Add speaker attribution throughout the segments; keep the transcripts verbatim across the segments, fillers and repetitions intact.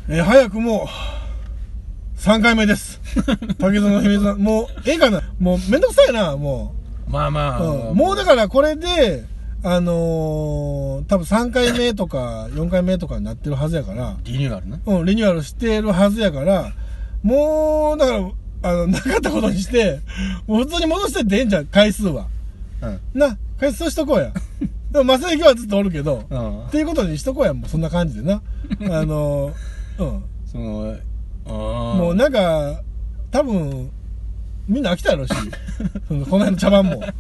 Speaker 1: えー、早くもさんかいめです竹園の秘密のもうええかな、もうめんどくさいな、も
Speaker 2: うまあまあ、
Speaker 1: うん、もうだからこれであのー、多分さんかいめとかよんかいめとかになってるはずやから、
Speaker 2: リニューアルね。
Speaker 1: うん、リニューアルしてるはずやから、もう、だから、あの、なかったことにして、もう普通に戻してってええんじゃん、回数は。うん。な、回数しとこうや。でも、正行はずっとおるけど、うん。っていうことにしとこうや、もうそんな感じでな。あの、うん。その、あもうなんか、多分、みんな飽きたやろし、この辺の茶番も。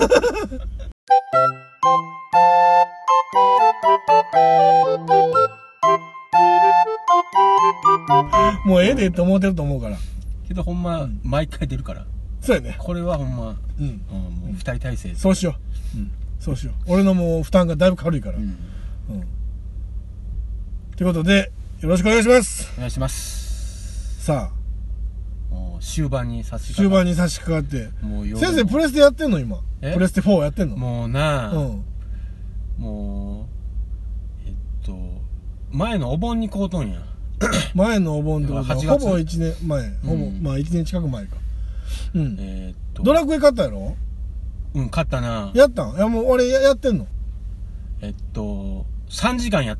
Speaker 1: もうええでって思ってると思うから。
Speaker 2: けどほんま、うん、毎回出るから。
Speaker 1: そうやね。
Speaker 2: これはほんま、うん、うん、もう二人体制。
Speaker 1: そうしよう。うん、そうしよう。俺のもう負担がだいぶ軽いから。うん。うん。ということで、よろしくお願いします。
Speaker 2: お願いします。さあ、もう終盤に差し掛かって。
Speaker 1: 終盤に差し掛かって。もう先生プレステやってんの今。プレステフォーやってんの？
Speaker 2: もうな、うん。もう、えっと、前のお盆に買うとんや。
Speaker 1: 前のお盆ってことはほぼいちねんまえ、ほぼ、うん、まあいちねん近く前か。うん。えー、っとドラクエ買ったやろ？
Speaker 2: うん、買ったな。
Speaker 1: やったん？いやもう俺 や, やってんの。
Speaker 2: えっとさんじかんやった。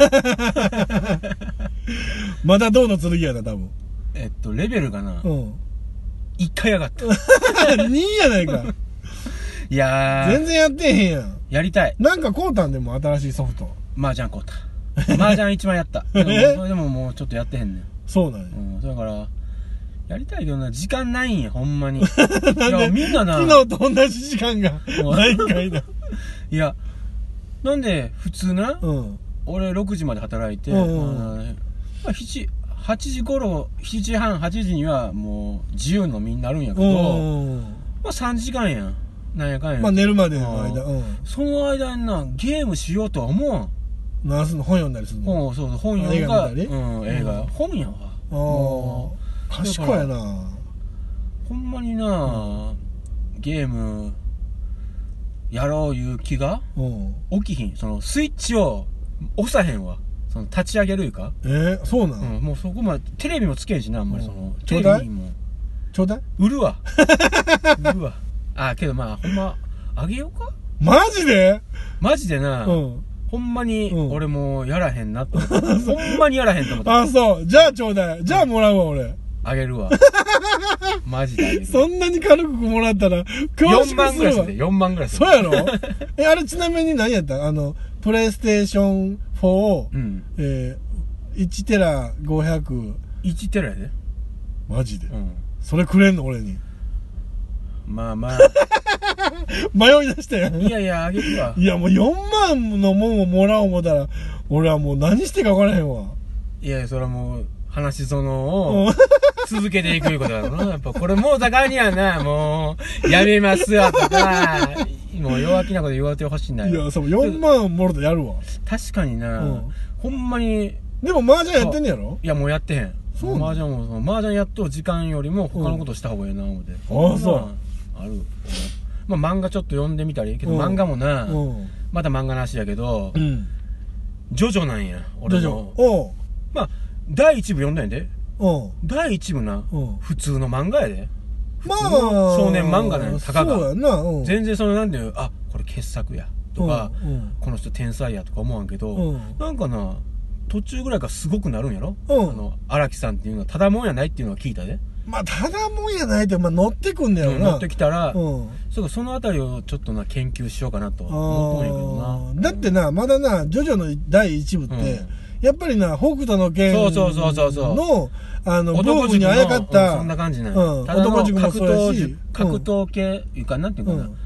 Speaker 1: まだ銅の剣やな多分。
Speaker 2: えっとレベルがな、うん、いっかい上がった。
Speaker 1: にいやないか。
Speaker 2: いやー
Speaker 1: 全然やってへんやん。
Speaker 2: やりたい。
Speaker 1: なんか買うたんでも新しいソフト。
Speaker 2: 麻雀買うた。麻雀一番やった。でもそれでももうちょっとやってへんねん。
Speaker 1: そうなんや。
Speaker 2: うん、だからやりたいけどな、時間ないんやほんまに。いやみんなな
Speaker 1: 昨日と同じ時間がないんかいな。
Speaker 2: いやなんで普通な、うん、俺ろくじまで働いて、うんうん、まあ、はちじ頃しちじはんはちじにはもう自由の身になるんやけど、うん、まあさんじかんやん、なんやかんや。
Speaker 1: まあ寝るまでの間、
Speaker 2: うん、その間になゲームしようとは思わん。
Speaker 1: 何すんの？本読んだりするの？
Speaker 2: うん、そうそう、本読んだり、うん、映画、うん、本やわ。
Speaker 1: ああ、賢いやな。
Speaker 2: ほんまにな、うん、ゲームやろういう気が起きひん。そのスイッチを押さへんわ。その立ち上げるいうか。
Speaker 1: えー、そうなの？
Speaker 2: うん、もうそこまでテレビもつけんしな、あんまりその、
Speaker 1: ちょうだいもちょうだい
Speaker 2: 売るわ。売るわ。あ、けどまあほんまあげようか。
Speaker 1: マジで？
Speaker 2: マジでな。うん、ほんまに俺もうやらへんなと思って、うん、ほんまにやらへんと思って。
Speaker 1: あ、そう。じゃあちょうだい。じゃあもらうわ俺。
Speaker 2: あげるわ。マジであげる。
Speaker 1: そんなに軽くもらったら
Speaker 2: よんまんぐらいする。よんまんぐらいす
Speaker 1: る。そうやろ？え、あれちなみに何やった？あのプレイステーションフォーを、うん、えー、いちテラごひゃく。
Speaker 2: いちテラやで。
Speaker 1: マジで、うん、それくれんの俺に。
Speaker 2: まあまあ
Speaker 1: 迷い出したやん。
Speaker 2: いやいやあげるわ。
Speaker 1: いやもうよんまんのもんをもらおう思ったら俺はもう何してか分からへんわ。
Speaker 2: いやそれはもう話そのを続けていくいうことだろうな。やっぱこれもう高いにはな、もうやめますわとかもう弱気なこと言われてほしいんだよ。
Speaker 1: いやそうよんまんもろとやるわ。
Speaker 2: 確かにな、うん、ほんまに。
Speaker 1: でも麻雀やってんねやろ？
Speaker 2: いやもうやってへん。そう麻雀もその麻雀やっとる時間よりも他のことした方がいいな思って。
Speaker 1: ああそう
Speaker 2: ある。まあ漫画ちょっと読んでみたりけど、漫画もな、また漫画なしやけど、うん、ジョジョなんや俺の。おまあだいいち部読んだんやで。だいいち部な、普通の漫画やで。普通の少年漫画なんや、たかが。そうやな。全然そのなんていう、あこれ傑作やとか、この人天才やとか思わんけど、なんかな途中ぐらいからすごくなるんやろ。あの荒木さんっていうのはただもんやないっていうのは聞いたで。まあ
Speaker 1: ただもんやないって、まあ、乗ってくんだよな。
Speaker 2: 乗ってきたら、うん、そうそのあたりをちょっとな研究しようかなと思ったんやけどな。
Speaker 1: だってなまだなジョジョのだいいち部って、うん、やっぱりな北斗の拳の
Speaker 2: そうそうそうそう
Speaker 1: のあのブームにあやかった、
Speaker 2: うん、そんな感じね。うん、男塾もそうやし格闘系いうかなんていうかな、うん、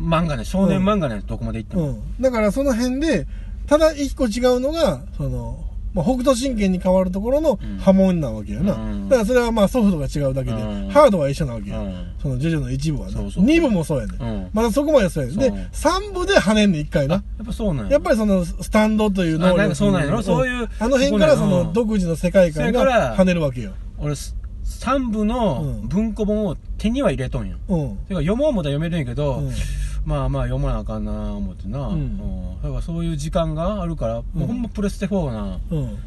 Speaker 2: 漫画ね少年漫画ね、うん、どこまでいっても、うん、
Speaker 1: だからその辺でただ一個違うのがその。まあ、北斗神拳に変わるところの波紋なわけやな、うん、だからそれはまあソフトが違うだけで、うん、ハードは一緒なわけや、うん、そのジョジョの一部はな。そうそうに部もそうやね、うん、まだそこまでそうやねでさん部で跳ねんねいっかいな。や
Speaker 2: っぱそうなんや。
Speaker 1: やっぱりそのスタンドという能力、
Speaker 2: そうなんやろ、そういう
Speaker 1: あの辺からその独自の世界観が跳ねるわけよ。
Speaker 2: 俺さん部の文庫本を手には入れとんよ、うん、てか読もうもたら読めるんやけど、うん、まあまあ読まなあかんな思ってな、うんうん、だからそういう時間があるから、うん、もうほんまプレステフォーな、うん、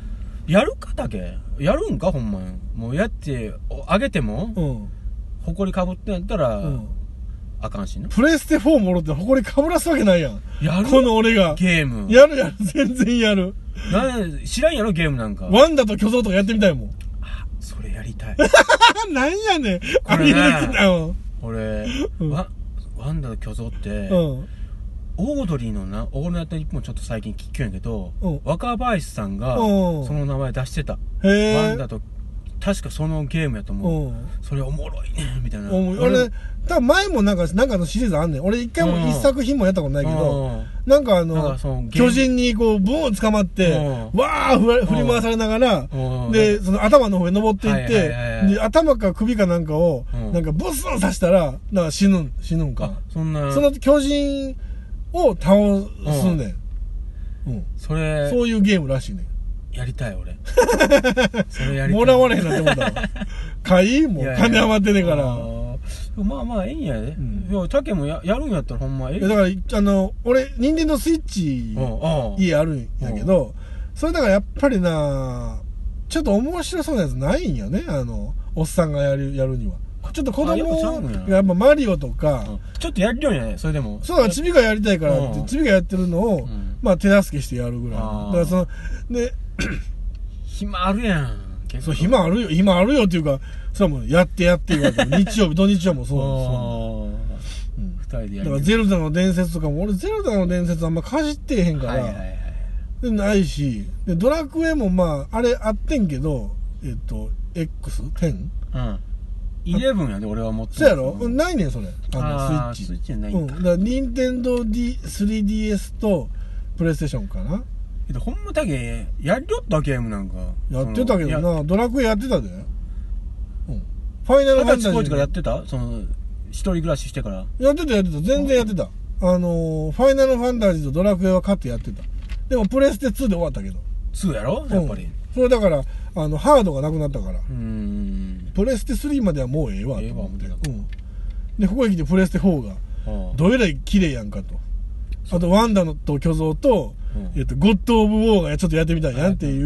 Speaker 2: やるかだけやるんかほんまに。もうやって、あげても、うん。埃かぶってんやったら、うん。あかんしな。
Speaker 1: プレステフォーもろって埃かぶらすわけないやん。やるこの俺が。
Speaker 2: ゲーム。
Speaker 1: やるやる、全然やる。
Speaker 2: な、知らんやろゲームなんか。
Speaker 1: ワンダと巨像とかやってみたいもん。
Speaker 2: あ、それやりたい。
Speaker 1: なんやねん。これね、
Speaker 2: 俺、うん、ワ、ワンダと巨像って、うん、オードリーのな、オールナイトニッポンちょっと最近聞きよんやけど、うん、若林さんが、その名前出してた。ワンダと、確かそのゲームやと思う。それおもろいねみたいな。
Speaker 1: 俺、多分前もなんか、なんかのシリーズあんねん。俺一回も一作品もやったことないけど、なんかあの、巨人にこう、ブーン捕まって、わー振り回されながら、で、その頭の方へ登っていって、で、頭か首かなんかを、なんかブスン刺したら、なんか死ぬん、死ぬんか。そんな。その巨人を倒すねん。うん。それ。そういうゲームらしいねん。
Speaker 2: やりたい俺。それやりたい。
Speaker 1: もらわれへんなって思ったわ。買いもう金余ってねえから。
Speaker 2: まあまあええんやで。いや、タケもややるんやったらほんまええ。
Speaker 1: だから、あの、俺、ニンテンドースイッチ、家あるんやけど、それだからやっぱりな、ちょっと面白そうなやつないんよね。あの、おっさんがやる、やるには。ちょっと子供がやっぱマリオとか、
Speaker 2: ちょっとやるようやね、それでも。
Speaker 1: そうだ、チビがやりたいからって、チビがやってるのを、まあ手助けしてやるぐらい。だからその、で、
Speaker 2: 暇あるやん。
Speaker 1: そう、暇あるよ、暇あるよっていうか、それはもうやってやって言われて、日曜日、土日はもうそうなんです。二人でやる。だからゼルダの伝説とかも、俺ゼルダの伝説あんまかじってへんから、でないし、で、ドラクエもまあ、あれあってんけど、えっと、エックス？ テン？
Speaker 2: うん。イレブンやで、俺は持ってる。
Speaker 1: そうやろ？ないねん、それ。あ
Speaker 2: の、スイッチ。スイッチじゃないんか。
Speaker 1: うん。だから、ニンテンドー スリーディーエス と、プレイステーションかな。
Speaker 2: けど、ほんまだけ、やりよったゲームなんか。
Speaker 1: やってたけどな、ドラクエやってたで。うん。ファイナルファンタジー。
Speaker 2: 二十歳からやってたその、一人暮らししてから。
Speaker 1: やってたやってた。全然やってた。あの、ファイナルファンタジーとドラクエは勝ってやってた。でも、プレステツーで終わったけど。
Speaker 2: ツーやろやっぱり。
Speaker 1: それだから、あの、ハードがなくなったから。うん。プレステスリーまではもうええわ。ええわ、思ってた。うん。で、ここへ来てプレステフォーが、どえらい綺麗やんかと。あと、ワンダのと巨像と、えっと、ゴッド・オブ・ウォーがちょっとやってみたいやんっていう。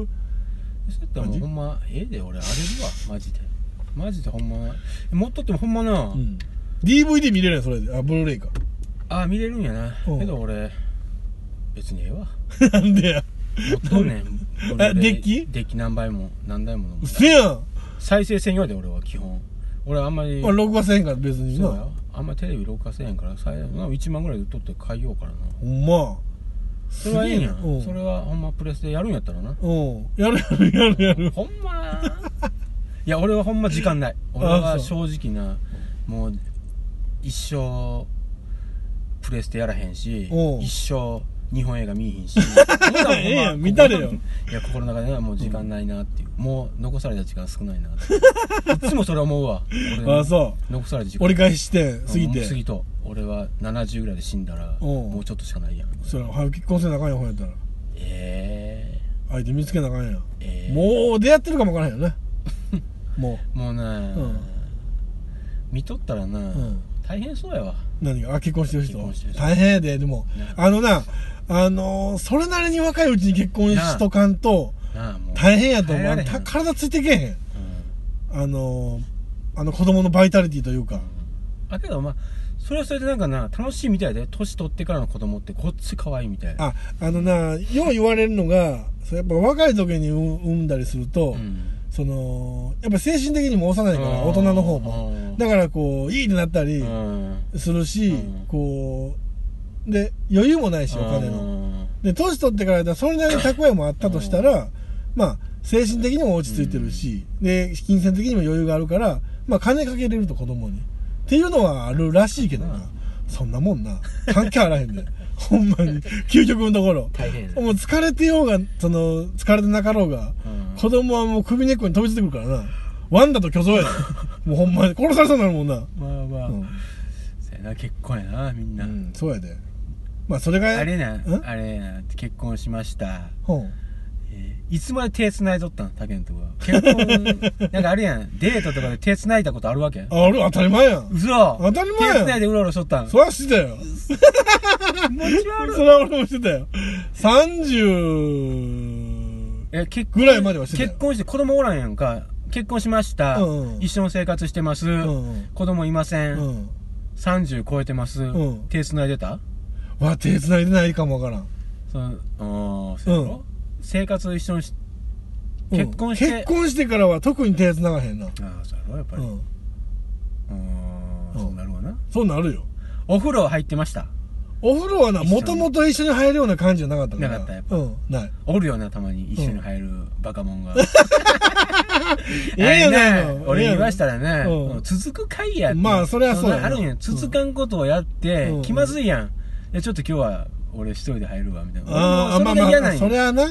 Speaker 2: そうやったらもうほんま、ええで、俺、荒れるわ、マジで。マジでほんま。持っとってもほんまな。うん。
Speaker 1: ディーブイディー 見れるやん、それで。あ、ブルーレイか。
Speaker 2: あ、見れるんやな。けど俺、別にええわ。
Speaker 1: なんでや。
Speaker 2: 持っとんねん。
Speaker 1: え、デッキ
Speaker 2: デッキ何倍も、何台も。
Speaker 1: うせやん。
Speaker 2: 再生せんようで、俺は基本。俺あんまり。
Speaker 1: まあ、録画せんから別にな。
Speaker 2: そうや。あんまりテレビ録画せんやんから、最大いちまんぐらいで売っとって買いようからな。
Speaker 1: ほんま。
Speaker 2: それはいいんやん。それはほんまプレスでやるんやったらな。
Speaker 1: うん。やるやるやるやる。
Speaker 2: ほんまいや、俺はほんま時間ない。俺は正直な、もう、一生、プレステやらへんし、一生、日本映画見えへんし。
Speaker 1: ええやん、見たれよ。
Speaker 2: いや、心の中ではもう時間ないなっていう。もう残された時間少ないなって。いつもそれ思うわ。
Speaker 1: ああ、そう。
Speaker 2: 残された時間。
Speaker 1: 折り返しして過ぎて。
Speaker 2: 過ぎと。俺はななじゅうぐらいで死んだら、もうちょっとしかないやん。
Speaker 1: それ、早く結婚せなあかんやん、ほんやったら。
Speaker 2: ええ。
Speaker 1: 相手見つけなあかんやん。ええ。もう出会ってるかもわからへんよね。も
Speaker 2: う。もうな、見とったらな、大変そうやわ。
Speaker 1: 何が？あ、結婚してる人。大変やで、でも。あのな、あのー、それなりに若いうちに結婚しとかんと、大変やと思う。体ついてけへん。うん、あのー、あの子供のバイタリティというか。
Speaker 2: あ、けどまあ、それはそれでなんかな、楽しいみたいで、年取ってからの子供ってこっち可愛いみたい。
Speaker 1: あ、あのな、よう言われるのが、やっぱ若い時に産んだりすると、うん、その、やっぱ精神的にも幼いから、大人の方も。だからこう、いいってなったりするし、うん、こう、で、余裕もないし、お金の。で、年取ってからだそれなりに蓄えもあったとしたら、まあ、精神的にも落ち着いてるし、で、金銭的にも余裕があるから、まあ、金かけれると子供に。っていうのはあるらしいけどな。そんなもんな。関係あらへんで。ほんまに。究極のところ。大変。もう疲れてようが、その、疲れてなかろうが、子供はもう首根っこに飛びついてくるからな。ワンダと巨像やで。もうほんまに殺されそうになるもんな。
Speaker 2: まあまあ。そやな、結婚やな、みんな。うん、
Speaker 1: そうやで。まあそれが
Speaker 2: あれな、あれな、結婚しました。ほう。えー、いつまで手繋いどったんタケンとか。結婚、なんかあるやん。デートとかで手繋いだことあるわけ？
Speaker 1: ある、当たり前やん。
Speaker 2: 嘘。
Speaker 1: 当たり前やん。
Speaker 2: 手繋いでうろうろしとったん。
Speaker 1: そらしてたよ。気持ち悪い。それは俺もしてたよ。さんじゅう、
Speaker 2: え、結
Speaker 1: 婚ぐらいまではしてたよ。
Speaker 2: 結婚して子供おらんやんか。結婚しました。うんうん、一緒の生活してます。うんうん、子供いません。うん、さんじゅう超えてます。うん、手繋いでた？
Speaker 1: わ、手繋いでないかもわからん。
Speaker 2: その、ああ、そうやろ、うん、生活一緒にし、結婚して、
Speaker 1: うん、結婚してからは特に手繋がへんな。あ
Speaker 2: あ、そうやろやっぱり。うん。うん、そうなるわな。
Speaker 1: そうなるよ。
Speaker 2: お風呂入ってました？
Speaker 1: お風呂はな、もともと一緒に入るような感じじゃなかったから。
Speaker 2: なかった、やっぱ。
Speaker 1: うん、ない。
Speaker 2: おるよな、たまに一緒に入るバカモンが。
Speaker 1: ええやな。
Speaker 2: 俺言いましたらね、続く回やって。
Speaker 1: まあ、それはそうや。
Speaker 2: あるんや。続かんことをやって、気まずいやん。いや、ちょっと今日は、俺一人で入るわみたいな。
Speaker 1: ああ、まあまあ、それはな。うん、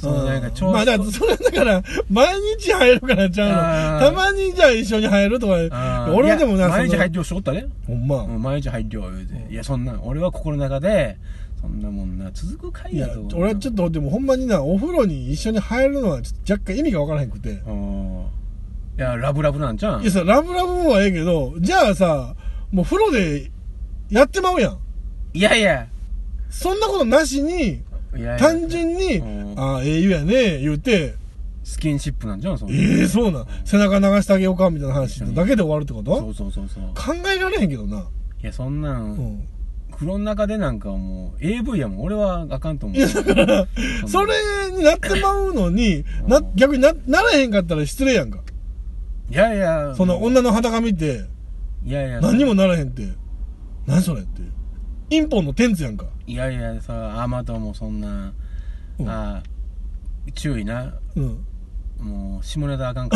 Speaker 1: そうなんかちょうど。まあ、だからそれだから、毎日入るからちゃうの。たまにじゃあ一緒に入るとか、俺はでもな、
Speaker 2: 毎日入ってよしおったね。
Speaker 1: ほんま。
Speaker 2: 毎日入ってよ、言うて。いや、そんな、俺は心の中で、そんなもんな、続く回やと。
Speaker 1: 俺はちょっと、でもほんまにな、お風呂に一緒に入るのは若干意味がわからへんくて。い
Speaker 2: や、ラブラブなんじゃん。
Speaker 1: いやさ、ラブラブはええけど、じゃあさ、もう風呂でやってまうやん。
Speaker 2: いやいや。
Speaker 1: そんなことなしに、いやいや単純に、ああ、ええ湯やね、言うて、
Speaker 2: スキンシップなんじゃん、そ
Speaker 1: んな。ええそうなん。背中流してあげようか、みたいな話だけで終わるってこと？
Speaker 2: そうそうそうそう。
Speaker 1: 考えられへんけどな。い
Speaker 2: や、そんなん、うん、風呂の中でなんかもう、エーブイ やもん。俺はあかんと思う。いや、
Speaker 1: だから、それになってまうのに、な、逆にな、ならへんかったら失礼やんか。
Speaker 2: いやいや。
Speaker 1: その女の裸見て、
Speaker 2: いやいや。
Speaker 1: 何にもならへんって、何それって。インポンのテンツやんか。
Speaker 2: いやいや、さ、アマトもそんな、うん、あ注意な。うん。もう、下ネタあかんから。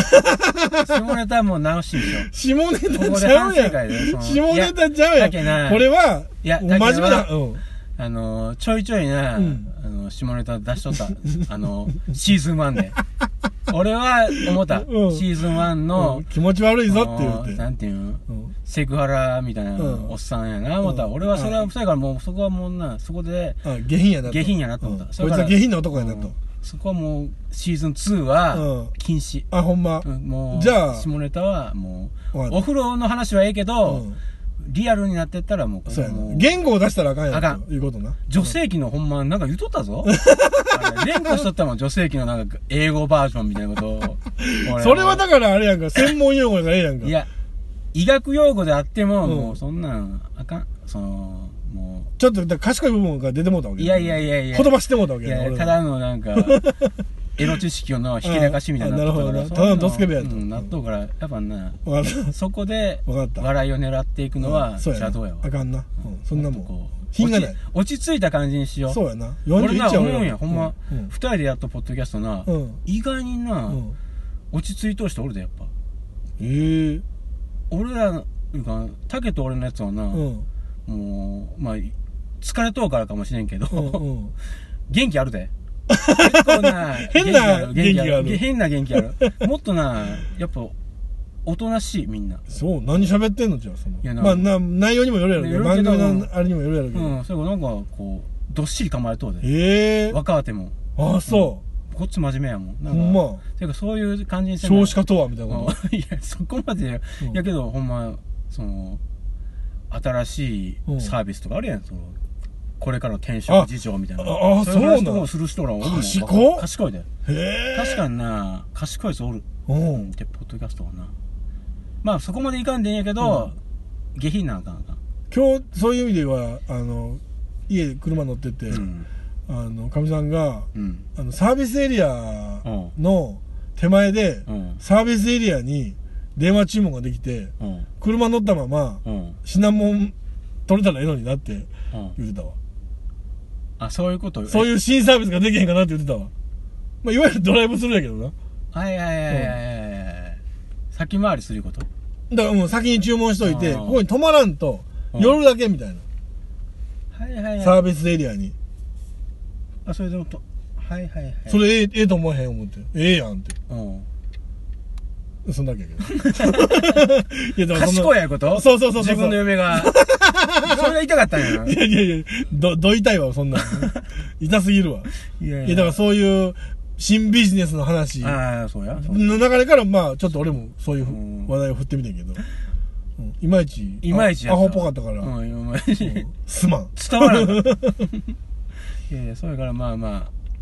Speaker 2: 下ネタはもう直しんでしょ。
Speaker 1: 下ネタちゃうやん。下ネタちゃうやん。これは、いや、真面目な、うん。
Speaker 2: あの、ちょいちょいな、うん、あの、下ネタ出しとった。あの、シーズンワンで。俺は思った。うん、シーズンワンの、うん、
Speaker 1: 気持ち悪いぞって言うて。
Speaker 2: なんていうの、うん、セクハラみたいなおっさんやな、思った。俺はそれは、それからもうそこはもうな、そこで、
Speaker 1: 下品やなと。
Speaker 2: 下品やなと思った。
Speaker 1: こいつは下品な男やなと。
Speaker 2: そこはもう、シーズンツーは、禁止。
Speaker 1: あ、ほんま。
Speaker 2: もう、じゃあ、下ネタはもう、お風呂の話はええけど、リアルになってったらもう、
Speaker 1: そうやな。言語を出したらあかんやん。あかん。いうことな。
Speaker 2: 女性器のほんま、なんか言うとったぞ。連呼しとったもん、女性器のなんか、英語バージョンみたいなことを。
Speaker 1: それはだからあれやんか、専門用語がええやんか。
Speaker 2: いや、医学用語であっても、もうそんなん、あかん。その、もう。
Speaker 1: ちょっと賢い部分が出てもうたわけ。
Speaker 2: いやいやいやいや。
Speaker 1: 言葉してもうたわけや。
Speaker 2: いや、ただのなんか、エロ知識をの引き流しみたいになっとったから。
Speaker 1: ただのドスケベやと。
Speaker 2: なっとうから、やっぱな、そこで、笑いを狙っていくのは、邪道やわ。
Speaker 1: あかんな。そんなもん。品がない。
Speaker 2: 落ち着いた感じにしよう。
Speaker 1: そうやな。
Speaker 2: 俺な、思うんや、ほんま。二人でやっとポッドキャストな、意外にな、落ち着いとる人おるで、やっぱ。
Speaker 1: ええ。
Speaker 2: 俺ら、竹と俺のやつはな、もう、まあ、疲れとうからかもしれんけど、元気あるで。結構な、
Speaker 1: 変な元気ある。
Speaker 2: 変な元気ある。もっとな、やっぱ、おとなしい、みんな。
Speaker 1: そう、何喋ってんのじゃあ、その。いやまあ、な、内容にもよるやろけど、番組のあれにもよるやろけど。
Speaker 2: うん、それなんか、こう、どっしり構えとうで。
Speaker 1: ええ。
Speaker 2: 若手も。
Speaker 1: ああ、そう。
Speaker 2: こっち真面目やもん。
Speaker 1: ほんま。
Speaker 2: てか、そういう感じに
Speaker 1: せん少子化とは、みたいな。
Speaker 2: いや、そこまで、やけど、ほんま、その、新しいサービスとかあるやん、その。これからの転職事情みたいな。
Speaker 1: ああ、そうなの。
Speaker 2: する人らおるもん。
Speaker 1: 賢い
Speaker 2: 賢いで。へえ。確かにな、賢い人おる。うん。で、ポッドキャストはな。まあ、そこまでいかんでいいんやけど、下品なあかんあかん。
Speaker 1: 今日、そういう意味では、あの、家で車乗ってて、あの、かみさんが、あの、サービスエリアの手前で、サービスエリアに電話注文ができて、車乗ったまま、品物取れたらええのになって言ってたわ。
Speaker 2: あ、そういうこと？
Speaker 1: そういう新サービスができへんかなって言ってたわ。まあ、いわゆるドライブスルーやけどな。
Speaker 2: はいはいはいはいはい。先回りすること？
Speaker 1: だからもう先に注文しといて、ここに止まらんと、寄るだけみたいな。
Speaker 2: はいはいはい。
Speaker 1: サービスエリアに。
Speaker 2: あ、それでもと、はいはいはい。
Speaker 1: それええ、ええと思わへん思って。ええやんって。うん。そんだけやけど。
Speaker 2: いや、でも賢いやこと？
Speaker 1: そうそうそう。
Speaker 2: 自分の嫁が。それが言いたかったんやな。
Speaker 1: いやいやいや、ど、ど痛いわ、そんなん。痛すぎるわ。いやいや。いや、だからそういう、新ビジネスの話。
Speaker 2: ああ、そうや。
Speaker 1: の流れから、まあ、ちょっと俺もそういう話題を振ってみてんけど。うん、いまいち。
Speaker 2: いまいち
Speaker 1: アホっぽかったから。
Speaker 2: うん、いまいち。
Speaker 1: すまん。
Speaker 2: 伝わらん。いやいや、それからまあまあ、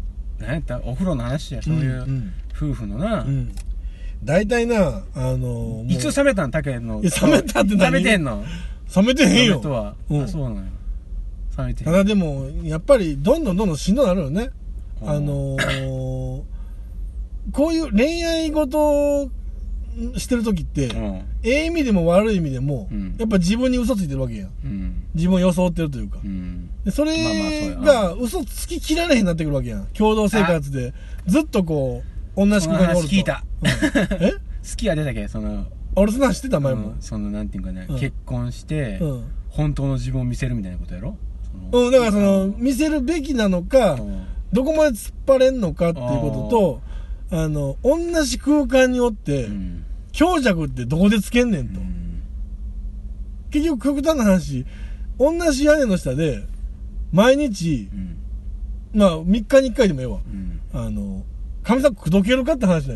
Speaker 2: 何やったお風呂の話や、そういう夫婦のな、うんうん、
Speaker 1: 大体な、あの
Speaker 2: ー、いつ冷めたんタケの。
Speaker 1: 冷めたって何？
Speaker 2: 冷めてんの？
Speaker 1: 冷めてへんよ。
Speaker 2: 冷めとは、うん、あ、そうなのよ。冷めてへん。
Speaker 1: ただでもやっぱりどんどんどんどんしんどくなるよね。あのー、こういう恋愛事してる時って、うん、ええ意味でも悪い意味でも、うん、やっぱ自分に嘘ついてるわけやん、うん、自分を装ってるというか、うん、でそれが嘘つききられへんなってくるわけやん、共同生活でずっとこう同じ空間におると。
Speaker 2: 聞いた、うん、え好きやでたっけ、その
Speaker 1: 俺そんなん知ってた前も、
Speaker 2: うん、そのなんていうかね、うん、結婚して、うん、本当の自分を見せるみたいなことやろ。
Speaker 1: うん、だからその見せるべきなのか、うん、どこまで突っ張れんのかっていうことと、あの同じ空間におって、うん、強弱ってどこでつけんねんと、うん、結局極端な話、同じ屋根の下で毎日、うん、まあみっかにいっかいでもええわ、うん、あの神様口説けるかって話だよ、うん、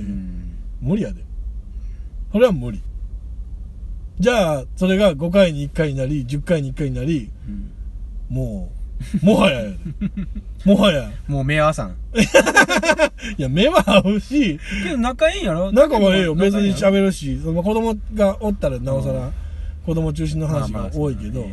Speaker 1: 無理やで、それは無理。じゃあそれがごかいにいっかいになりじゅっかいにいっかいになり、うん、もうもはややでもはや
Speaker 2: もう目合わさん
Speaker 1: いや目は合うし、
Speaker 2: けど仲いいんやろ。
Speaker 1: 仲はええよ、別に喋るし、その子供がおったらなおさら子供中心の話が多いけど、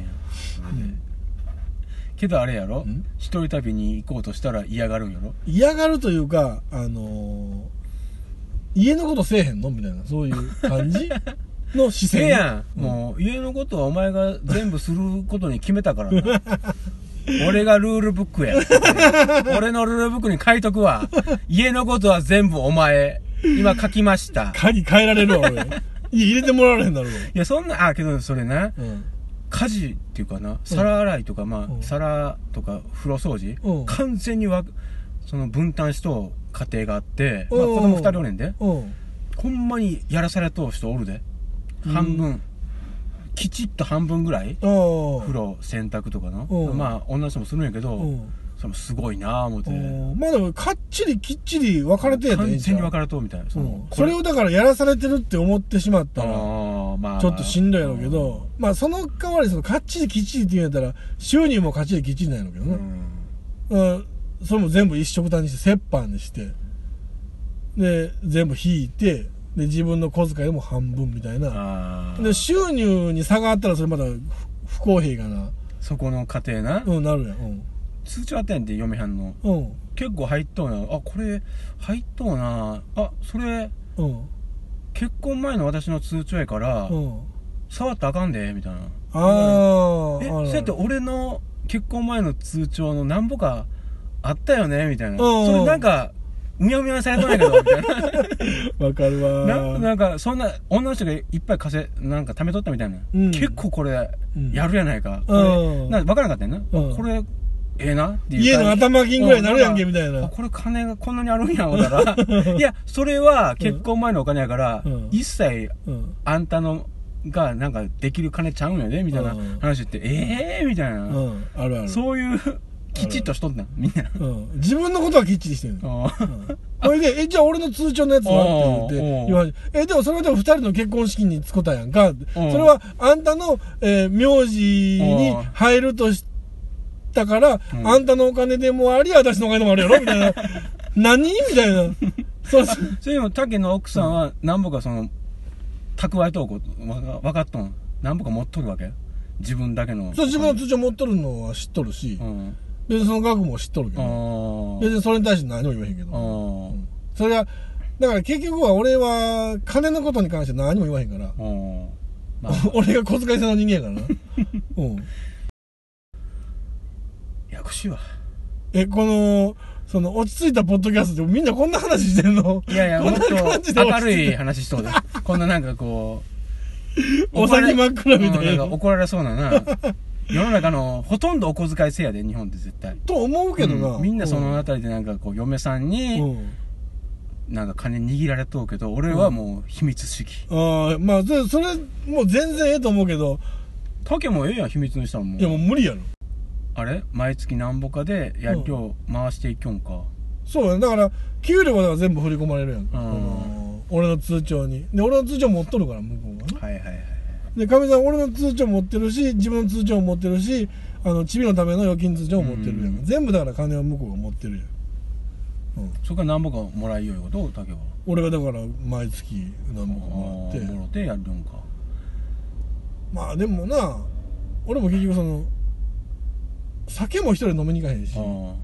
Speaker 2: けどあれやろ、一人旅に行こうとしたら嫌がるんやろ。
Speaker 1: 嫌がるというか、あのー、家のことせえへんのみたいな、そういう感じの視線。
Speaker 2: ええやん、うん、もう家のことはお前が全部することに決めたからな俺がルールブックや俺のルールブックに書いとくわ、家のことは全部お前今書きました。
Speaker 1: 鍵変えられるわ俺家入れてもらわれへんだろう。い
Speaker 2: やそんな、あけどそれな、うん、家事っていうかな、皿洗いとか、まあ、うん、皿とか風呂掃除、うん、完全にわその分担しと家庭があって、まあ、子供ふたりおれんで、ほんまにやらされとう人おるで、半分、うん、きちっと半分ぐらい風呂洗濯とかな、まあ女の人もするんやけど、それもすごいなぁ思って、
Speaker 1: まあでもかっちりきっちり分かれてやったらいいんちゃう。
Speaker 2: 完全に分かれとうみたいな、その
Speaker 1: それをだからやらされてるって思ってしまったらちょっとしんどいやろうけど、まあその代わりそのかっちりきっちりって言うんやったら収入もかっちりきっちりなんやろうけどな、うん、それも全部一緒くたにして折半にしてで全部引いて、で自分の小遣いも半分みたいなで、収入に差があったらそれまだ不公平かな、
Speaker 2: そこの家庭な、
Speaker 1: うん、なるやん、うん、
Speaker 2: 通帳あったやんって嫁はんの、うん、結構入っとうな、あこれ入っとうなあ、それ、うん、結婚前の私の通帳やから、うん、触ったらあかんでみたいな。ああ、え、そうやって俺の結婚前の通帳のなんぼかあったよねみたいな、それなんかうみゃうみゃされとんやけどみたいな
Speaker 1: わかるわ
Speaker 2: な。なんかそんな女の人がいっぱい稼いなんか貯めとったみたいな、うん、結構これやるやないか、うん、なんか分からなかったよな、うん、これええなっていう、
Speaker 1: 家の頭金ぐらいになるやんけみたいな、
Speaker 2: これ金がこんなにあるんや思ったらいやそれは結婚前のお金やから、うん、一切、うん、あんたのがなんかできる金ちゃうんやでみたいな話って、うん、ええー、みたいな、うん、あるある、そういうきちっとしとんなみんな、
Speaker 1: うん、自分のことはきっちりしてるの、うん、それでえじゃあ俺の通帳のやつはって言って言われえでもそれでもふたりの結婚式に使ったやんか、それはあんたの、えー、名字に入るとしたから、うん、あんたのお金でもあり私のお金でもあるやろみたいな何みたいな
Speaker 2: そうそうそれでも竹の奥さんは何ぼかその蓄えとうこと分かっとん、何ぼか持っとるわけ、自分だけの、
Speaker 1: そう自分の通帳持っとるのは知っとるし、うん、別にその額も知っとるけど、別にそれに対して何も言わへんけど、うん、それはだから結局は俺は金のことに関して何も言わへんから、まあ、俺が小遣い制の人間やからなうん、
Speaker 2: やくしいわ。
Speaker 1: えこのその落ち着いたポッドキャストでみんなこんな話してんの？
Speaker 2: いやいや、もっと明るい話しそうだこんななんかこ
Speaker 1: うお先真っ暗みたいな、
Speaker 2: なんか怒られそうなな世の中のほとんどお小遣い制やで日本って絶対
Speaker 1: と思うけどな、
Speaker 2: うん、みんなそのあたりでなんかこう嫁さんに、うん、なんか金握られとうけど俺はもう秘密主義、
Speaker 1: うん、ああまあそれもう全然ええと思うけど
Speaker 2: 竹もええやん秘密にしたらもう。
Speaker 1: いやもう無理やろ
Speaker 2: あれ毎月なんぼかでやりを回していきょんか、うん、
Speaker 1: そうやだから給料はだから全部振り込まれるやんか、うん、俺の通帳にで俺の通帳持っとるから向こうがね、はいはいはいでかみさん俺の通帳持ってるし自分の通帳も持ってるしあのチビのための預金通帳も持ってるやん、うん、全部だから金は向こうが持ってるやん
Speaker 2: うん、それから何本かもらいようよと竹は
Speaker 1: 俺がだから毎月何本かもらって
Speaker 2: もらってやるんか。
Speaker 1: まあでもな俺も結局その酒も一人で飲みに行かへんし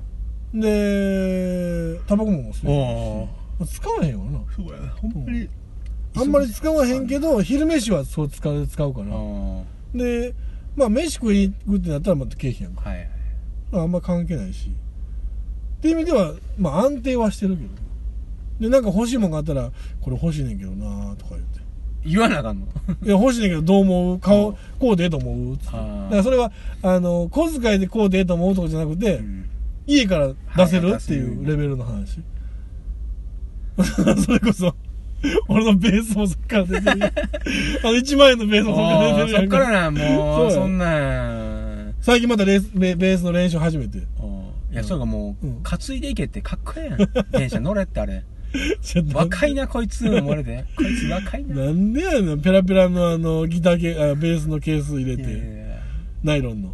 Speaker 1: でタバコも吸えへんし使わへんよな。
Speaker 2: そうやほんまに、うん
Speaker 1: あんまり使わへんけど昼飯はそう使う使うからでまあ飯食いに行くってなったらまた経費やんか、はいはい、あんま関係ないしっていう意味ではまあ安定はしてるけどでなんか欲しいもんがあったらこれ欲しいねんけどなとか言って
Speaker 2: 言わなあかんの
Speaker 1: いや欲しいねんけどどう思う顔こうでええと思うつってだからそれはあの小遣いでこうでええと思うとかじゃなくて、うん、家から出せるっていうレベルの話、はい、それこそ俺のベースもそっから出てるあのいちまん円のベースもそっから出てるやん
Speaker 2: そっからなもうそんな
Speaker 1: 最近またレース ベ, ベースの練習始めてい
Speaker 2: やそれがもう、うん、担いでいけってかっこええやん電車乗れってあれ若いなこいつ思われてこいつ若いな
Speaker 1: なんでやねんペラペラのあのギターケあベースのケース入れてナイロンの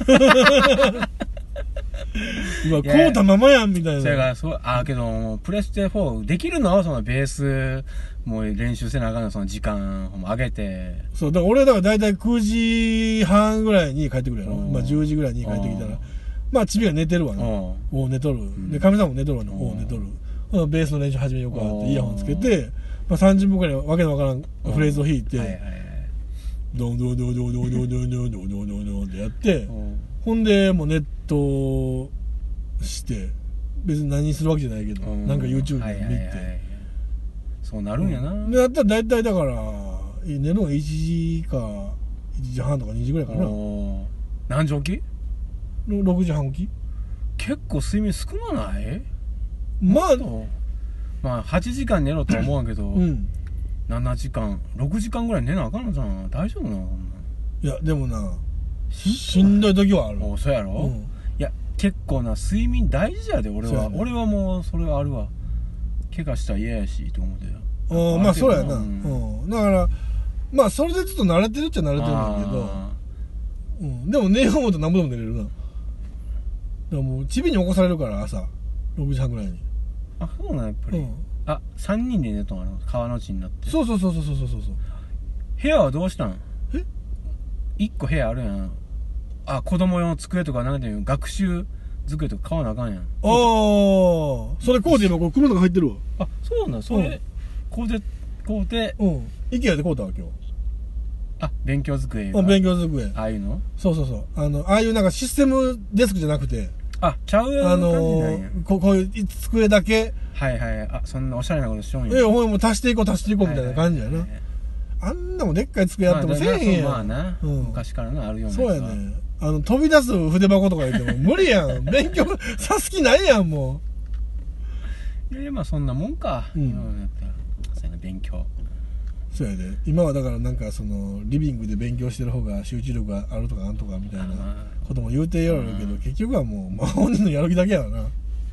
Speaker 1: うわこうたままやんみたいな。
Speaker 2: それがそうあけどプレステフォーできるのそのベースもう練習せなあかんのその時間も上げて。
Speaker 1: そうだから俺だから大体くじはんぐらいに帰ってくるやろ。まあじゅうじぐらいに帰ってきたらまあチビが寝てるわな。おお寝とる。でかみさんも寝とるわな。おお寝とる。ベースの練習始めようかってイヤホンつけて、まあ、さんじゅっぷんぐらいわけのわからんフレーズを弾いてドンドンドンドンドンドンドンドンドンドンドンドンってやってほんでもうネットして別に何するわけじゃないけどなんか YouTube で見て
Speaker 2: そうなるんやな
Speaker 1: でやったら大体だから寝るのがいちじかいちじはんとかにじぐらいかな。
Speaker 2: 何時起き？
Speaker 1: ろくじはん起き。
Speaker 2: 結構睡眠少ない？
Speaker 1: まあ
Speaker 2: まあはちじかん寝ろとは思うけど、うん、ななじかんろくじかんぐらい寝なあかんのじゃん。大丈夫なの？
Speaker 1: いやでもなしんどい時はある。
Speaker 2: おそうやろ、うん、いや結構な睡眠大事やで俺は、ね、俺はもうそれはあるわ。怪我したら嫌やしと思って
Speaker 1: ああまあそうやな、うん、だからまあそれでちょっと慣れてるっちゃ慣れてるんだけど、うん、でも寝よう思うと何ぼでも寝れるな。だからもうチビに起こされるから朝ろくじはんぐらいに。
Speaker 2: あそうなんやっぱり、うん、あさんにんで寝とんあの川の字になって
Speaker 1: そうそうそうそうそうそうそう
Speaker 2: 部屋はどうしたん？
Speaker 1: え
Speaker 2: いっこ部屋あるやん。あ子供用の机とかなんていう学習机とか買わなあかんやん。ああ
Speaker 1: それこうで今こう車とか入ってるわ。
Speaker 2: あそうなんそれ、うん、こうでこうで
Speaker 1: うん IKEA でこうたわ今日。
Speaker 2: あ勉強机
Speaker 1: あ勉強机
Speaker 2: ああいうの
Speaker 1: そうそうそうあのああいうなんかシステムデスクじゃなくて
Speaker 2: あちゃうやんあの
Speaker 1: ー、こ, こういう机だけ
Speaker 2: はいはいあそんなおしゃれなことしようんや。
Speaker 1: いやほんも足していこう足していこうみたいな感じやな、はいはいはい、あんなもでっかい机やってもせえへんやん。
Speaker 2: まあな、うん、昔からのあるような
Speaker 1: そうやねあの飛び出す筆箱とか言っても無理やん勉強さす気ないやんも
Speaker 2: う。いやいやまあそんなもんか、うん、今やったらそうやな勉強
Speaker 1: そうやで今はだからなんかそのリビングで勉強してる方が集中力があるとかなんとかみたいなことも言うてやろうけど、うん、結局はもう、まあ、本人のやる気だけやわな。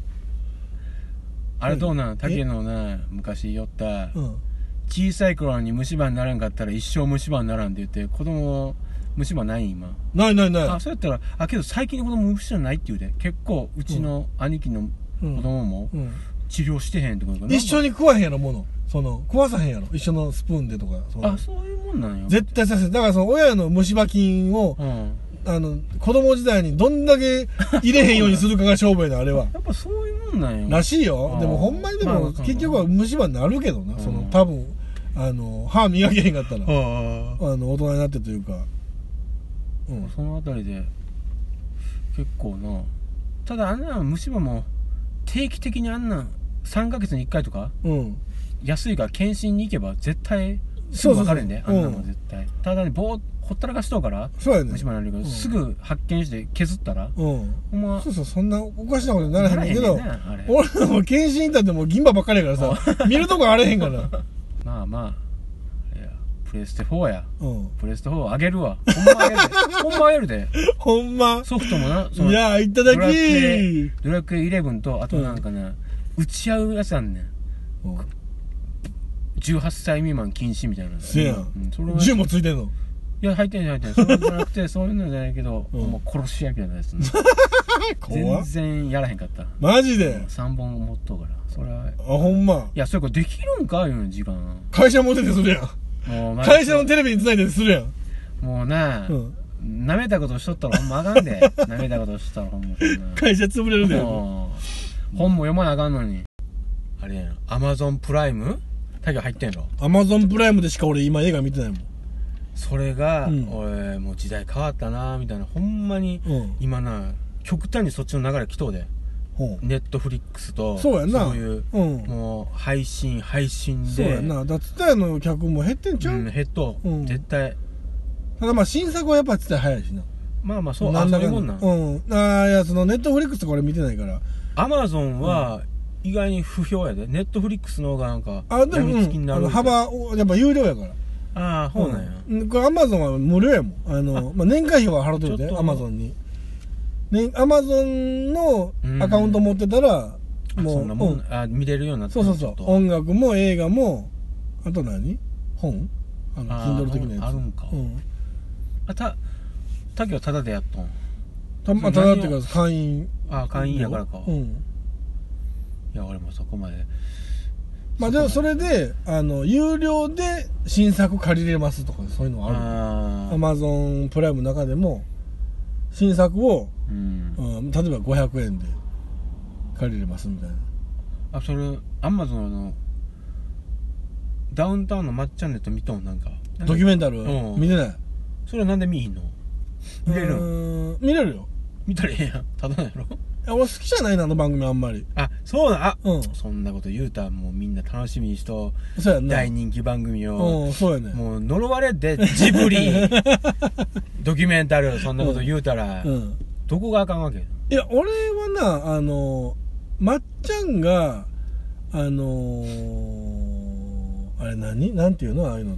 Speaker 2: あれどうなん竹野な昔言った、うん、小さい頃に虫歯にならんかったら一生虫歯にならんって言って子供虫歯ない今
Speaker 1: ないないない。
Speaker 2: あそうやったらあけど最近の子供虫歯ないって言うて結構うちの兄貴の子供も治療してへんってことかな、
Speaker 1: 一緒に食わへんやろものその食わさへんやろ一緒のスプーンでとか
Speaker 2: そあそういうもんなんよ
Speaker 1: 絶対させだからその親の虫歯菌を、うん、あの子供時代にどんだけ入れへんようにするかが勝負やねあれは
Speaker 2: やっぱそういうもんなんよ
Speaker 1: らしいよ。でもほんまにでも、まあ、結局は虫歯になるけどな、うん、その多分あの歯磨けへんかったらあの大人になってというか、
Speaker 2: うん、そのあたりで結構なただあんな虫歯も定期的にあんなさんかげつにいっかいとか、うん、安いから検診に行けば絶対すぐ分かるんであんなの絶対、うん、ただね棒ほったらかしとうから
Speaker 1: そうやね
Speaker 2: 虫歯になるけど、うん、すぐ発見して削ったら、うん、
Speaker 1: ほんまそうそうそんなおかしなことにならへんねんけど俺らも検診行ったってもう銀歯ばっかりやからさ見るとこあれへんから
Speaker 2: まあまあいやプレステフォーや、うん、プレステフォーあげるわほんまあげるでほんまあげるで
Speaker 1: ほんま
Speaker 2: ソフトもな
Speaker 1: そのいやいただきー
Speaker 2: ドラクエイレブンとあとなんかな、うん打ち合うやつあんねん、うん、じゅうはっさい未満禁止みたいな
Speaker 1: せやん、うん、銃もついてんの
Speaker 2: いや入ってんじゃない入ってんそうじゃなくてそういうのじゃないけど、うん、もう殺し屋みたいなやつ、ね、 全然やらへんかった。
Speaker 1: マジで
Speaker 2: さんぼん持っとうから。それは。あ、
Speaker 1: ほんま。
Speaker 2: いや、それこれできるんかいうの時間。
Speaker 1: 会社持っててするやん。もう、会社のテレビにつないでするやん。
Speaker 2: もうな、うん、舐めたことしとったらほんまあかんで。舐めたことしとったらほんま。
Speaker 1: 会社潰れるで。
Speaker 2: 本も読まなあかんのに。あれやん。アマゾンプライムタイガー入ってんの？
Speaker 1: アマゾンプライムでしか俺今映画見てないもん。
Speaker 2: それが、うん、俺、もう時代変わったなみたいな。ほんまに、うん、今な、極端にそっちの流れ来とうで。ネットフリックスと、
Speaker 1: そうやな。
Speaker 2: そういう、うん、もう、配信、配信で。
Speaker 1: そうやな。だツタヤの客も減ってんちゃう？うん、
Speaker 2: 減っとう、うん。絶対。
Speaker 1: ただまあ、新作はやっぱツタヤ早いしな。
Speaker 2: まあまあ、そう、なんだかんな。
Speaker 1: うん。ああ、いや、その、ネットフリックスとか俺見てないから。
Speaker 2: アマゾンは、意外に不評やで。ネットフリックスの方がなんか、
Speaker 1: あ、でも、うん、あの幅、やっぱ有料やから。
Speaker 2: ああ、そうなんや。
Speaker 1: うん、これアマゾンは無料やもん。あの、まあ、年会費は払ってるで、アマゾンに。ね、アマゾンのアカウント持ってたら、
Speaker 2: うん、もう、そんなもん、うん、あ、見れるようになって
Speaker 1: そうそうそう。音楽も映画も、あと何本あの、Kindle 的なやつ。
Speaker 2: あるんか。うん。あ、た、たけはタダでやっとん。
Speaker 1: た、まあ、タダっていうか、会員。
Speaker 2: あ、会員やからか。うん。いや、俺もそこまで。
Speaker 1: まあでもそれで、あの、有料で新作借りれますとか、そういうのある。あアマゾンプライムの中でも、新作を、うんうん、例えばごひゃくえんで借りれますみたいな。
Speaker 2: あ、それ、アマゾンの、ダウンタウンのまっちゃんネット見とん、なんか。
Speaker 1: ドキュメンタル、うん、見てない。
Speaker 2: それはなんで見ひんの？見れる
Speaker 1: ん見れるよ。
Speaker 2: 見たらええやん。ただなんやろ。
Speaker 1: 俺好きじゃないな、あの番組あんまり。
Speaker 2: あ、そうな、あ、うん。そんなこと言うたらもうみんな楽しみにしと、
Speaker 1: そうやんな。
Speaker 2: 大人気番組を。
Speaker 1: うん、そうやね。
Speaker 2: もう呪われて、ジブリ、ドキュメンタル、そんなこと言うたら、うん、どこがあかんわけ？
Speaker 1: いや、俺はな、あの、まっちゃんが、あのー、あれ何なんていうのああいうのって。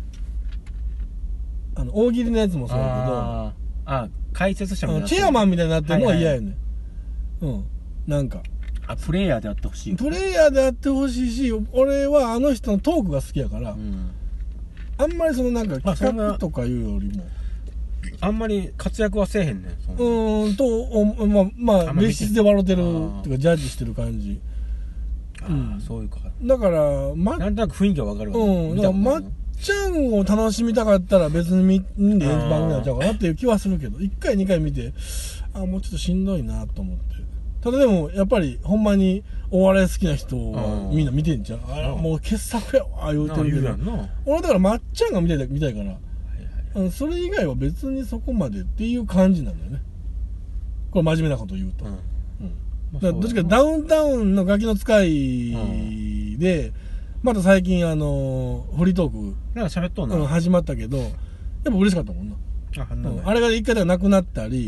Speaker 1: あの、大喜利のやつもそうだけど、
Speaker 2: ああ、解説者も
Speaker 1: チェアマンみたいになってるのは嫌やねん。うん。なんか。
Speaker 2: あ、プレイヤーであってほしい。
Speaker 1: プレイヤーであってほしいし、俺はあの人のトークが好きやから、うん、あんまりそのなんか企画とかいうよりも。
Speaker 2: あんまり活躍はせえへんねん。
Speaker 1: うーんと、おまあ、まあ、別室で笑ってるっていうか、ジャッジしてる感じ。
Speaker 2: ああ、うん、そういうか。
Speaker 1: だから、
Speaker 2: ま、なんとなく雰囲気はわかるわ。
Speaker 1: うん。だから、まっちゃんを楽しみたかったら別に見んで番組になっちゃうかなっていう気はするけど、いっかいにかい見て、あ、もうちょっとしんどいなと思って。ただでも、やっぱり、ほんまにお笑い好きな人はみんな見てんじゃん。あれ、もう傑作やわ、言うてるけど。俺だから、まっちゃんが見たい、見たいから、はいはい、それ以外は別にそこまでっていう感じなんだよね。これ真面目なこと言うと。うんうん、だからどっちかダウンタウンのガキの使いで、うん、また最近あのフリートーク
Speaker 2: なんか喋っとんな、
Speaker 1: 始まったけど、やっぱ嬉しかったもんな。あ、うん、あれが一回ではなくなったり、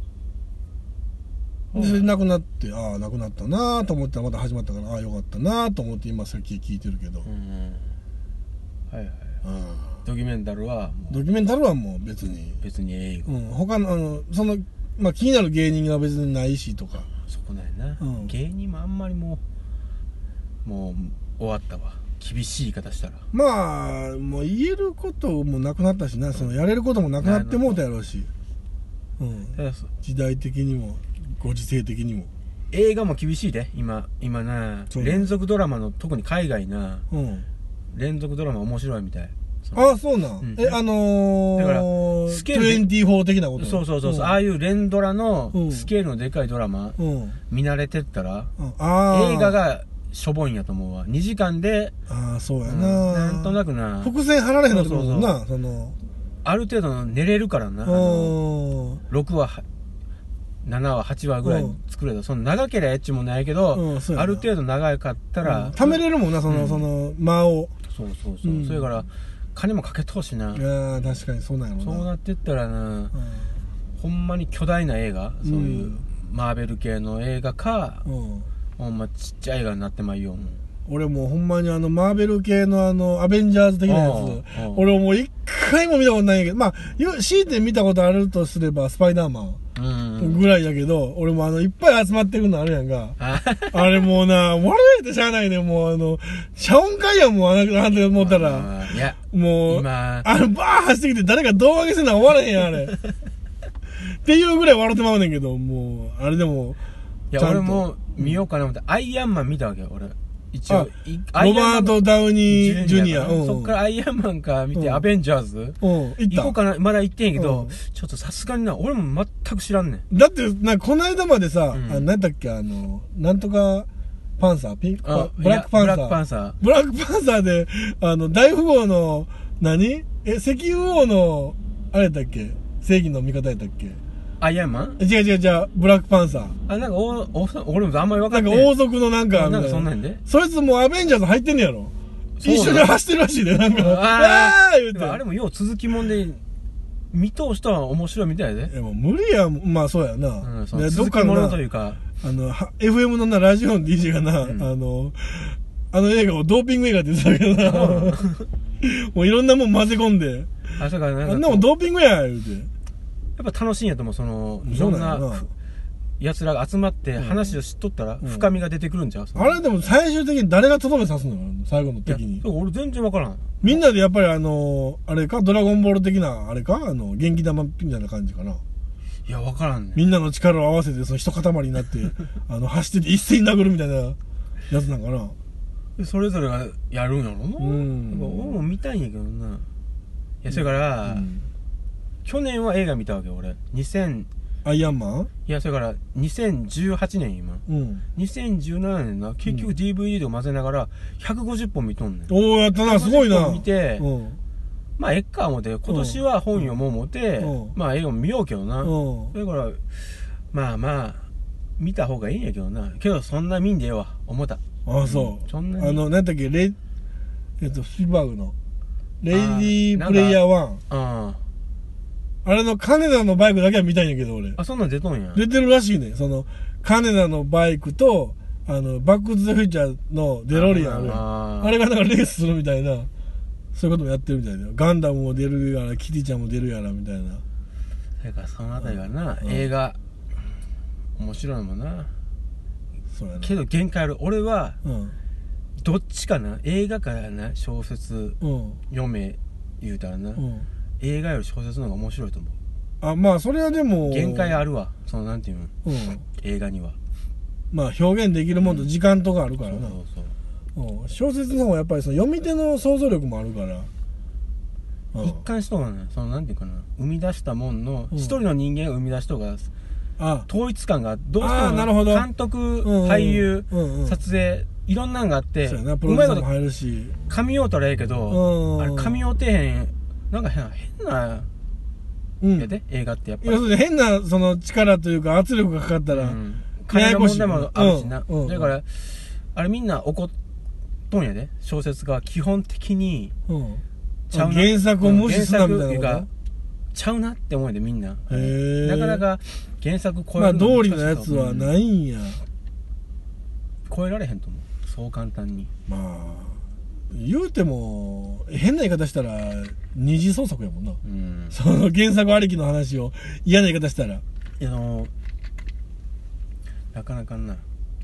Speaker 1: でそれなくなって、ああなくなったなと思ってまた始まったから、ああよかったなと思って今さっき聞いてるけど、うん、
Speaker 2: はいはい、ドキュメンタルは
Speaker 1: ドキュメンタルはもう別に
Speaker 2: 別に英語、
Speaker 1: うん、他のあのその、まあ、気になる芸人が別にないしとか、
Speaker 2: そこないな、うん、芸人もあんまりもうもう終わったわ。厳しい言い方したら
Speaker 1: まあもう言えることもなくなったしな、うん、そのやれることもなくなってもうたやろうし、うん、時代的にもご時世的にも
Speaker 2: 映画も厳しいで今今な、連続ドラマの特に海外な、うん、連続ドラマ面白いみたい。
Speaker 1: ああそうなん、うん、えあのー、だからスケールにじゅうよん的なこと。
Speaker 2: そうそうそうそう、うん、ああいう連ドラのスケールのでかいドラマ、うん、見慣れてったら、うん、あ映画がしょぼいんやと思うわ。にじかんで、
Speaker 1: ああそうやな、うん、
Speaker 2: なんとなくな
Speaker 1: 伏線張られへんのってことだもんな。その
Speaker 2: ある程度寝れるからな、あのろくわななわはちわぐらい作れた、うん、その長ければエッチもないけど、うん、ある程度長かったら、うん、
Speaker 1: 貯めれるもんな、その、うん、その間を。
Speaker 2: そうそうそう、うん、それから金もかけとうしな。
Speaker 1: いや確かにそうなんやろな。
Speaker 2: そうなってったらな、うん、ほんまに巨大な映画、そういうマーベル系の映画か、うん、ほんまちっちゃい映画になってまいよ。
Speaker 1: 俺もうほんまにあのマーベル系のあのアベンジャーズ的なやつ、俺もう一回も見たことないんやけど、まあ強いて見たことあるとすればスパイダーマンぐらいやけど、俺もあのいっぱい集まってくるのあるやんか。あれもうな、笑えてしゃあないね。もうあの遮音会やん、もうあんた思ったら、
Speaker 2: いや
Speaker 1: もうあのバー走ってきて誰か胴上げせな終わらへんやんあれ。っっていうぐらい笑ってまうねんけど、もう、あれでも、
Speaker 2: いや、俺も見ようかな思って、アイアンマン見たわけよ、俺。一応。
Speaker 1: ロバート・ダウニー・ジュニア。
Speaker 2: そっからアイアンマンか見て、アベンジャーズ行こうかな、まだ行ってんやけど、ちょっとさすがにな、俺も全く知らんねん。
Speaker 1: だって、な、この間までさ、なんだっけ、あの、なんとか、パンサーピンクブラックパンサー。ブラックパンサー。ブラックパンサーで、あの、大富豪の、何え、石油王の、あれだっけ正義の味方やったっけ
Speaker 2: アイアンマン
Speaker 1: 違う違う違う、ブラックパンサー。
Speaker 2: あ、なんかお、お、俺もあんまり分かんない。
Speaker 1: なんか王族のなんか、
Speaker 2: なんかそんなんで
Speaker 1: そいつもうアベンジャーズ入ってんねやろ一緒に走ってるらしいで、なんか。あ
Speaker 2: あ言うて。あれもよう続きもんで、見通したら面白いみたいで。
Speaker 1: いやもう無理や、まあそうやな。
Speaker 2: うん、その続きものというか。
Speaker 1: あの、エフエム のな、ラジオの ディージェー がな、うん、あの、あの映画をドーピング映画って言ってたけどな、もういろんなもん混ぜ込んで、
Speaker 2: あ、そうか、なんか。
Speaker 1: あんなもんドーピングや、言うて。
Speaker 2: やっぱ楽しいんやと思う、その、いろんな奴らが集まって話を知っとったら、深みが出てくるんちゃう、
Speaker 1: うん、あれでも最終的に誰がとどめ刺すのよ、最後の敵に。
Speaker 2: 俺全然わからん。
Speaker 1: みんなでやっぱりあの、あれか、ドラゴンボール的な、あれか、あの、元気玉みたいな感じかな。
Speaker 2: いや、わからんね。
Speaker 1: みんなの力を合わせて、その一塊になって、あの、走ってて一斉に殴るみたいなやつなんかな。
Speaker 2: それぞれがやるんやろな。うん。俺も見たいんやけどな。いや、それから、うん、去年は映画見たわけ、俺。にせん、
Speaker 1: アイアンマン
Speaker 2: いや、それから、にせんじゅうはちねん今。うん。にせんじゅうななねんな、結局 ディーブイディー と混ぜながら、ひゃくごじゅっぽん見とんねん。
Speaker 1: おー、やったな、すごいな。
Speaker 2: 見て、うん、まあ、えっか思って、今年は本読もう思って、うん、まあ、映画も見ようけどな。うん。だから、まあまあ、見た方がいいんやけどな。けど、そんな見んでええわ、思った。
Speaker 1: ああ、そう。そんなに。あの、なんだっけ、レイ、えっと、スピルバーグの、レイディープレイヤーワン。ああ。あれの金田のバイクだけは見たいんやけど、俺。
Speaker 2: あ、そんなん出とんや。
Speaker 1: 出てるらしいね。その、金田のバイクと、あの、バック・トゥ・ザ・フューチャーのデロリアンある。あ, あれがなんかレースするみたいな、そういうこともやってるみたいだよ。ガンダムも出るやら、キティちゃんも出るやら、みたいな。
Speaker 2: それからそのあたりはな、うん、映画、面白いもんな。そうやな。けど限界ある。俺は、うん、どっちかな、映画からな、小説、うん、読め、言うたらな。うん映画より小説の方が面白いと思う。
Speaker 1: あ、まあそれはでも
Speaker 2: 限界あるわ。そのなんていうの、うん、映画には
Speaker 1: まあ表現できるもんと時間とかあるからな、うん、そうそうそう、うん、小説の方はやっぱりその読み手の想像力もあるから、
Speaker 2: うん、一貫しとがね、そのなんていうかな、生み出したもんの一、うん、人の人間が生み出しとが統一感がどうしても、なるほど、監督、うんうん、俳優、うんうん、撮影いろんなのがあって、うまいこと噛み合うたらええけど、うん、あれ噛み合うてへん、なんか変な、変な、うん、やで、映画ってやっぱり。
Speaker 1: いや、そうで変な、その力というか圧力がかかったら、うん、
Speaker 2: 金が問題もあるしな。うんうん、だから、あれみんな怒っとんやで、小説が基本的に、うん、
Speaker 1: ちゃうな。原作を無視すなみたいなこと。
Speaker 2: ちゃうなって思うで、みんな。へなかなか原作超
Speaker 1: えるの難しい。まあ、通りのやつはないんや。
Speaker 2: 超えられへんと思う。そう簡単に。
Speaker 1: まあ。言うても変な言い方したら二次創作やもんな、うん、その原作ありきの話を嫌な言い方したら、いや、あの
Speaker 2: なかなかな。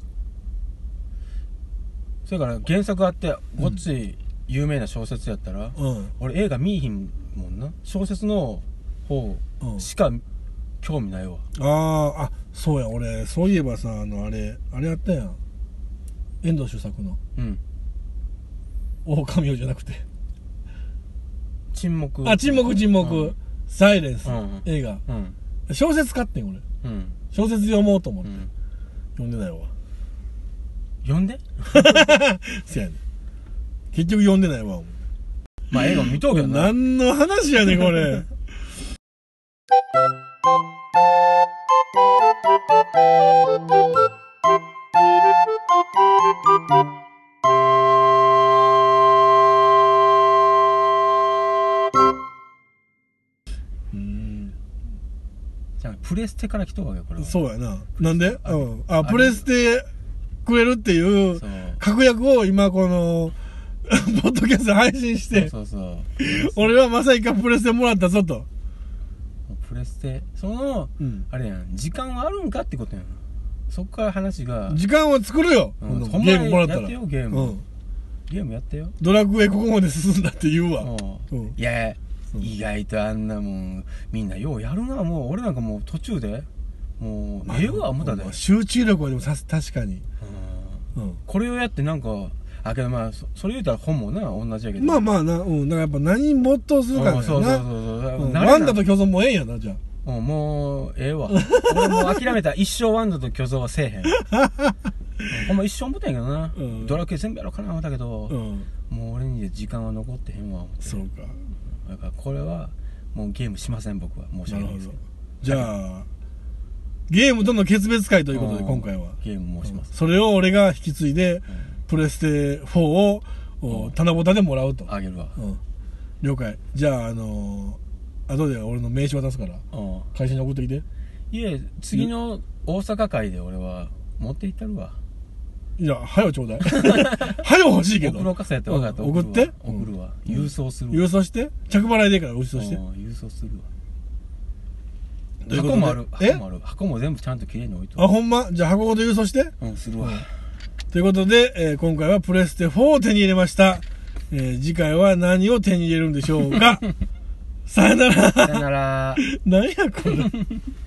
Speaker 2: それから原作あってごっつい有名な小説やったら、うん、俺映画見いひんもんな。小説の方しか興味ないわ、
Speaker 1: うん、ああ、あ、そうや、俺そういえばさ、あのあれあれやったやん、遠藤周作の、うん、狼王じゃなくて
Speaker 2: 沈黙、
Speaker 1: あ、沈黙沈黙、うん、サイレンス、うん、映画、うん、小説買ってん俺、うん、小説読もうと思って、うん、読んでないわ。
Speaker 2: 読んで
Speaker 1: せやねん、結局読んでないわ。
Speaker 2: まあ映画見とうけどな。
Speaker 1: 何の話やねんこれ
Speaker 2: プレステから来とるわけよ、これは。
Speaker 1: そうやな。なんで、うん、あ、プレステくれるっていう確約を今このポッドキャストで配信して、そうそうそう、俺はまさかプレステもらったぞと。
Speaker 2: プレステ、その、うん、あれやん、時間はあるんかってことやん。そっから話が。
Speaker 1: 時間は作るよ、うん、ゲームもらったら。
Speaker 2: やってよ、ゲーム、うん、ゲームやってよ。
Speaker 1: ドラクエここまで進んだって言うわ、
Speaker 2: うん、いや、 意外とあんなもんみんなようやるな。もう俺なんかもう途中でもうええわ思ったで、
Speaker 1: 集中力はでもさ確かに、
Speaker 2: うん、これをやってなんかあけどまあ そ, それ言うたら本もな同じやけど
Speaker 1: まあまあな、うん、だからやっぱ何に没頭するかだよな。そうそうそうそう、うん、ワンダと巨像もええんやな。じゃあ、
Speaker 2: うん、もうええわ俺もう諦めた。一生ワンダと巨像はせえへんほんま一生思ったんやけどな、うん、ドラクエ全部やろうかな思ったけど、うん、もう俺に時間は残ってへんわ思って。
Speaker 1: そうか。
Speaker 2: だからこれはもうゲームしません僕は。申し訳ないですけど。
Speaker 1: じゃあゲームとの決別会ということで今回は
Speaker 2: ゲーム申します、
Speaker 1: うん、それを俺が引き継いで、うん、プレステフォーを、うん、棚ぼたでもらうと。
Speaker 2: あげるわ、うん、
Speaker 1: 了解。じゃああのー、後で俺の名刺渡すから、うん、会社に送ってきて。
Speaker 2: いえ次の大阪会で俺は持って行ったるわ。
Speaker 1: いやはよちょうだいはよ欲しいけど。
Speaker 2: 送ろうかさやって分かった、
Speaker 1: うん、送って
Speaker 2: 送るわ、うん、郵送するわ。
Speaker 1: 郵送して着払いでいいから郵送して。
Speaker 2: 郵送するわ。箱もある。箱もある。箱も全部ちゃんときれいに置いとる。
Speaker 1: あ、ほんま？じゃあ箱ごと郵送して。
Speaker 2: うん、するわ。うん、
Speaker 1: ということで、えー、今回はプレステフォーを手に入れました。えー、次回は何を手に入れるんでしょうか。さよなら。
Speaker 2: さよなら。
Speaker 1: 何やこれ。